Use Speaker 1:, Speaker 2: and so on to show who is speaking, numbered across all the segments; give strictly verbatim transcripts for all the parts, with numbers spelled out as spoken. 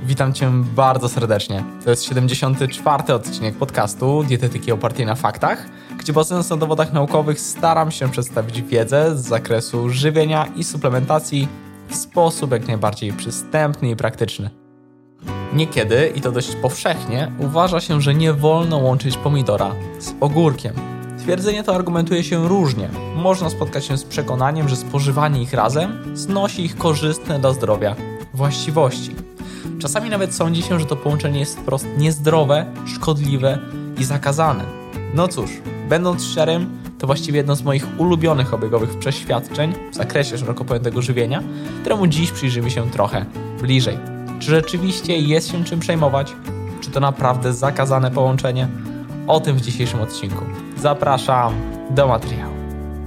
Speaker 1: Witam Cię bardzo serdecznie. To jest siedemdziesiąty czwarty odcinek podcastu Dietetyki opartej na faktach, gdzie bazując na dowodach naukowych staram się przedstawić wiedzę z zakresu żywienia i suplementacji w sposób jak najbardziej przystępny i praktyczny. Niekiedy, i to dość powszechnie, uważa się, że nie wolno łączyć pomidora z ogórkiem. Twierdzenie to argumentuje się różnie. Można spotkać się z przekonaniem, że spożywanie ich razem znosi ich korzystne dla zdrowia właściwości. Czasami nawet sądzi się, że to połączenie jest wprost niezdrowe, szkodliwe i zakazane. No cóż, będąc szczerym, to właściwie jedno z moich ulubionych obiegowych przeświadczeń w zakresie szeroko pojętego żywienia, któremu dziś przyjrzymy się trochę bliżej. Czy rzeczywiście jest się czym przejmować? Czy to naprawdę zakazane połączenie? O tym w dzisiejszym odcinku. Zapraszam do materiału.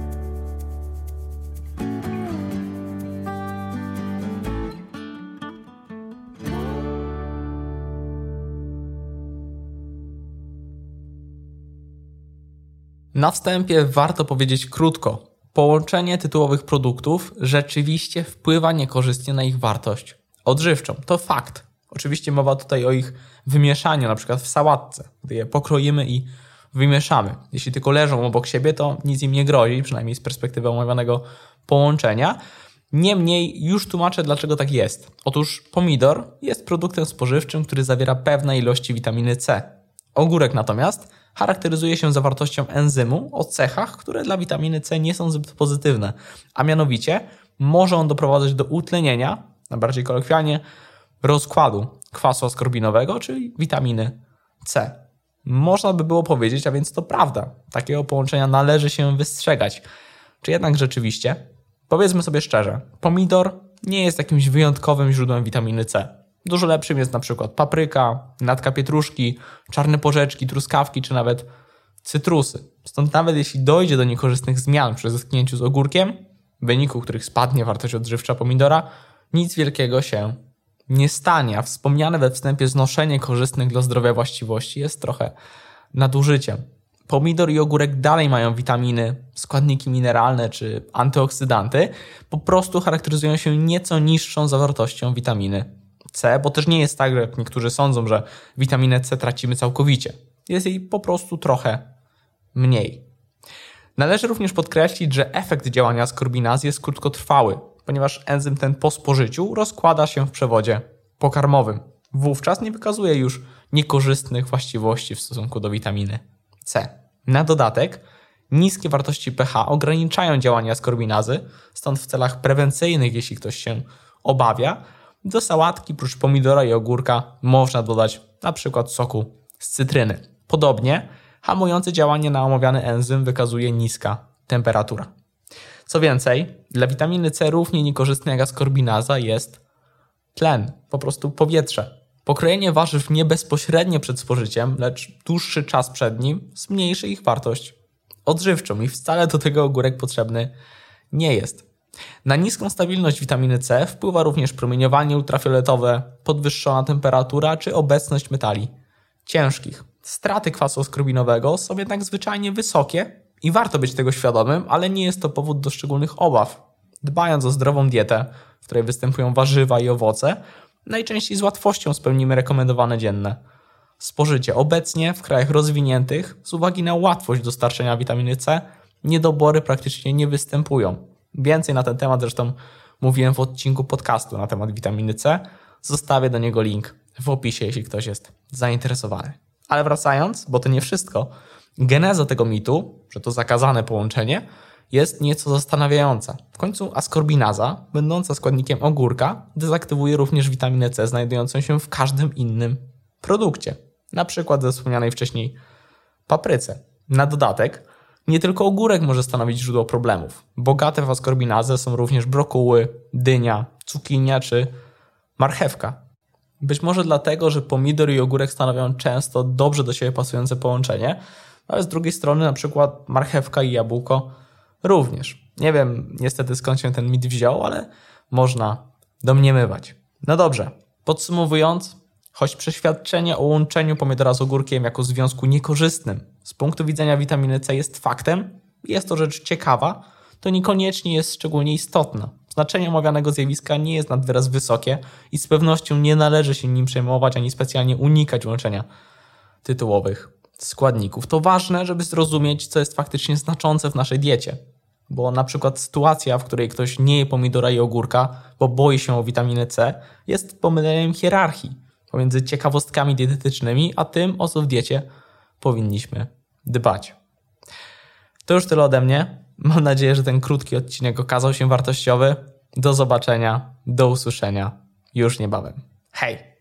Speaker 1: Na wstępie warto powiedzieć krótko. Połączenie tytułowych produktów rzeczywiście wpływa niekorzystnie na ich wartość odżywczą. To fakt. Oczywiście mowa tutaj o ich wymieszaniu, na przykład w sałatce, gdy je pokroimy i wymieszamy. Jeśli tylko leżą obok siebie, to nic im nie grozi, przynajmniej z perspektywy omawianego połączenia. Niemniej już tłumaczę, dlaczego tak jest. Otóż pomidor jest produktem spożywczym, który zawiera pewne ilości witaminy C. Ogórek natomiast charakteryzuje się zawartością enzymu o cechach, które dla witaminy C nie są zbyt pozytywne, a mianowicie może on doprowadzać do utlenienia, na bardziej kolokwialnie, rozkładu kwasu askorbinowego, czyli witaminy C. Można by było powiedzieć, a więc to prawda, takiego połączenia należy się wystrzegać. Czy jednak rzeczywiście? Powiedzmy sobie szczerze, pomidor nie jest jakimś wyjątkowym źródłem witaminy C. Dużo lepszym jest na przykład papryka, natka pietruszki, czarne porzeczki, truskawki czy nawet cytrusy. Stąd nawet jeśli dojdzie do niekorzystnych zmian przy zetknięciu z ogórkiem, w wyniku których spadnie wartość odżywcza pomidora, nic wielkiego się nie stanie, a wspomniane we wstępie znoszenie korzystnych dla zdrowia właściwości jest trochę nadużyciem. Pomidor i ogórek dalej mają witaminy, składniki mineralne czy antyoksydanty, po prostu charakteryzują się nieco niższą zawartością witaminy C, bo też nie jest tak, jak niektórzy sądzą, że witaminę C tracimy całkowicie. Jest jej po prostu trochę mniej. Należy również podkreślić, że efekt działania askorbinazy jest krótkotrwały, ponieważ enzym ten po spożyciu rozkłada się w przewodzie pokarmowym. Wówczas nie wykazuje już niekorzystnych właściwości w stosunku do witaminy C. Na dodatek niskie wartości pH ograniczają działanie askorbinazy, stąd w celach prewencyjnych, jeśli ktoś się obawia, do sałatki prócz pomidora i ogórka można dodać na przykład soku z cytryny. Podobnie hamujące działanie na omawiany enzym wykazuje niska temperatura. Co więcej, dla witaminy C równie niekorzystny jak askorbinaza jest tlen, po prostu powietrze. Pokrojenie warzyw nie bezpośrednio przed spożyciem, lecz dłuższy czas przed nim zmniejszy ich wartość odżywczą i wcale do tego ogórek potrzebny nie jest. Na niską stabilność witaminy C wpływa również promieniowanie ultrafioletowe, podwyższona temperatura czy obecność metali ciężkich. Straty kwasu askorbinowego są jednak zwyczajnie wysokie i warto być tego świadomym, ale nie jest to powód do szczególnych obaw. Dbając o zdrową dietę, w której występują warzywa i owoce, najczęściej z łatwością spełnimy rekomendowane dzienne spożycie. Obecnie w krajach rozwiniętych, z uwagi na łatwość dostarczenia witaminy C, niedobory praktycznie nie występują. Więcej na ten temat zresztą mówiłem w odcinku podcastu na temat witaminy C. Zostawię do niego link w opisie, jeśli ktoś jest zainteresowany. Ale wracając, bo to nie wszystko, geneza tego mitu, że to zakazane połączenie, jest nieco zastanawiająca. W końcu askorbinaza, będąca składnikiem ogórka, dezaktywuje również witaminę C znajdującą się w każdym innym produkcie. Na przykład ze wspomnianej wcześniej papryce. Na dodatek nie tylko ogórek może stanowić źródło problemów. Bogate w askorbinazę są również brokuły, dynia, cukinia czy marchewka. Być może dlatego, że pomidor i ogórek stanowią często dobrze do siebie pasujące połączenie, ale z drugiej strony na przykład marchewka i jabłko również. Nie wiem niestety skąd się ten mit wziął, ale można domniemywać. No dobrze, podsumowując, choć przeświadczenie o łączeniu pomidora z ogórkiem jako związku niekorzystnym z punktu widzenia witaminy C jest faktem, jest to rzecz ciekawa, to niekoniecznie jest szczególnie istotna. Znaczenie omawianego zjawiska nie jest nad wyraz wysokie i z pewnością nie należy się nim przejmować ani specjalnie unikać łączenia tytułowych składników. To ważne, żeby zrozumieć, co jest faktycznie znaczące w naszej diecie. Bo na przykład sytuacja, w której ktoś nie je pomidora i ogórka, bo boi się o witaminę C, jest pomyleniem hierarchii pomiędzy ciekawostkami dietetycznymi, a tym, o co w diecie powinniśmy dbać. To już tyle ode mnie. Mam nadzieję, że ten krótki odcinek okazał się wartościowy. Do zobaczenia, do usłyszenia już niebawem. Hej!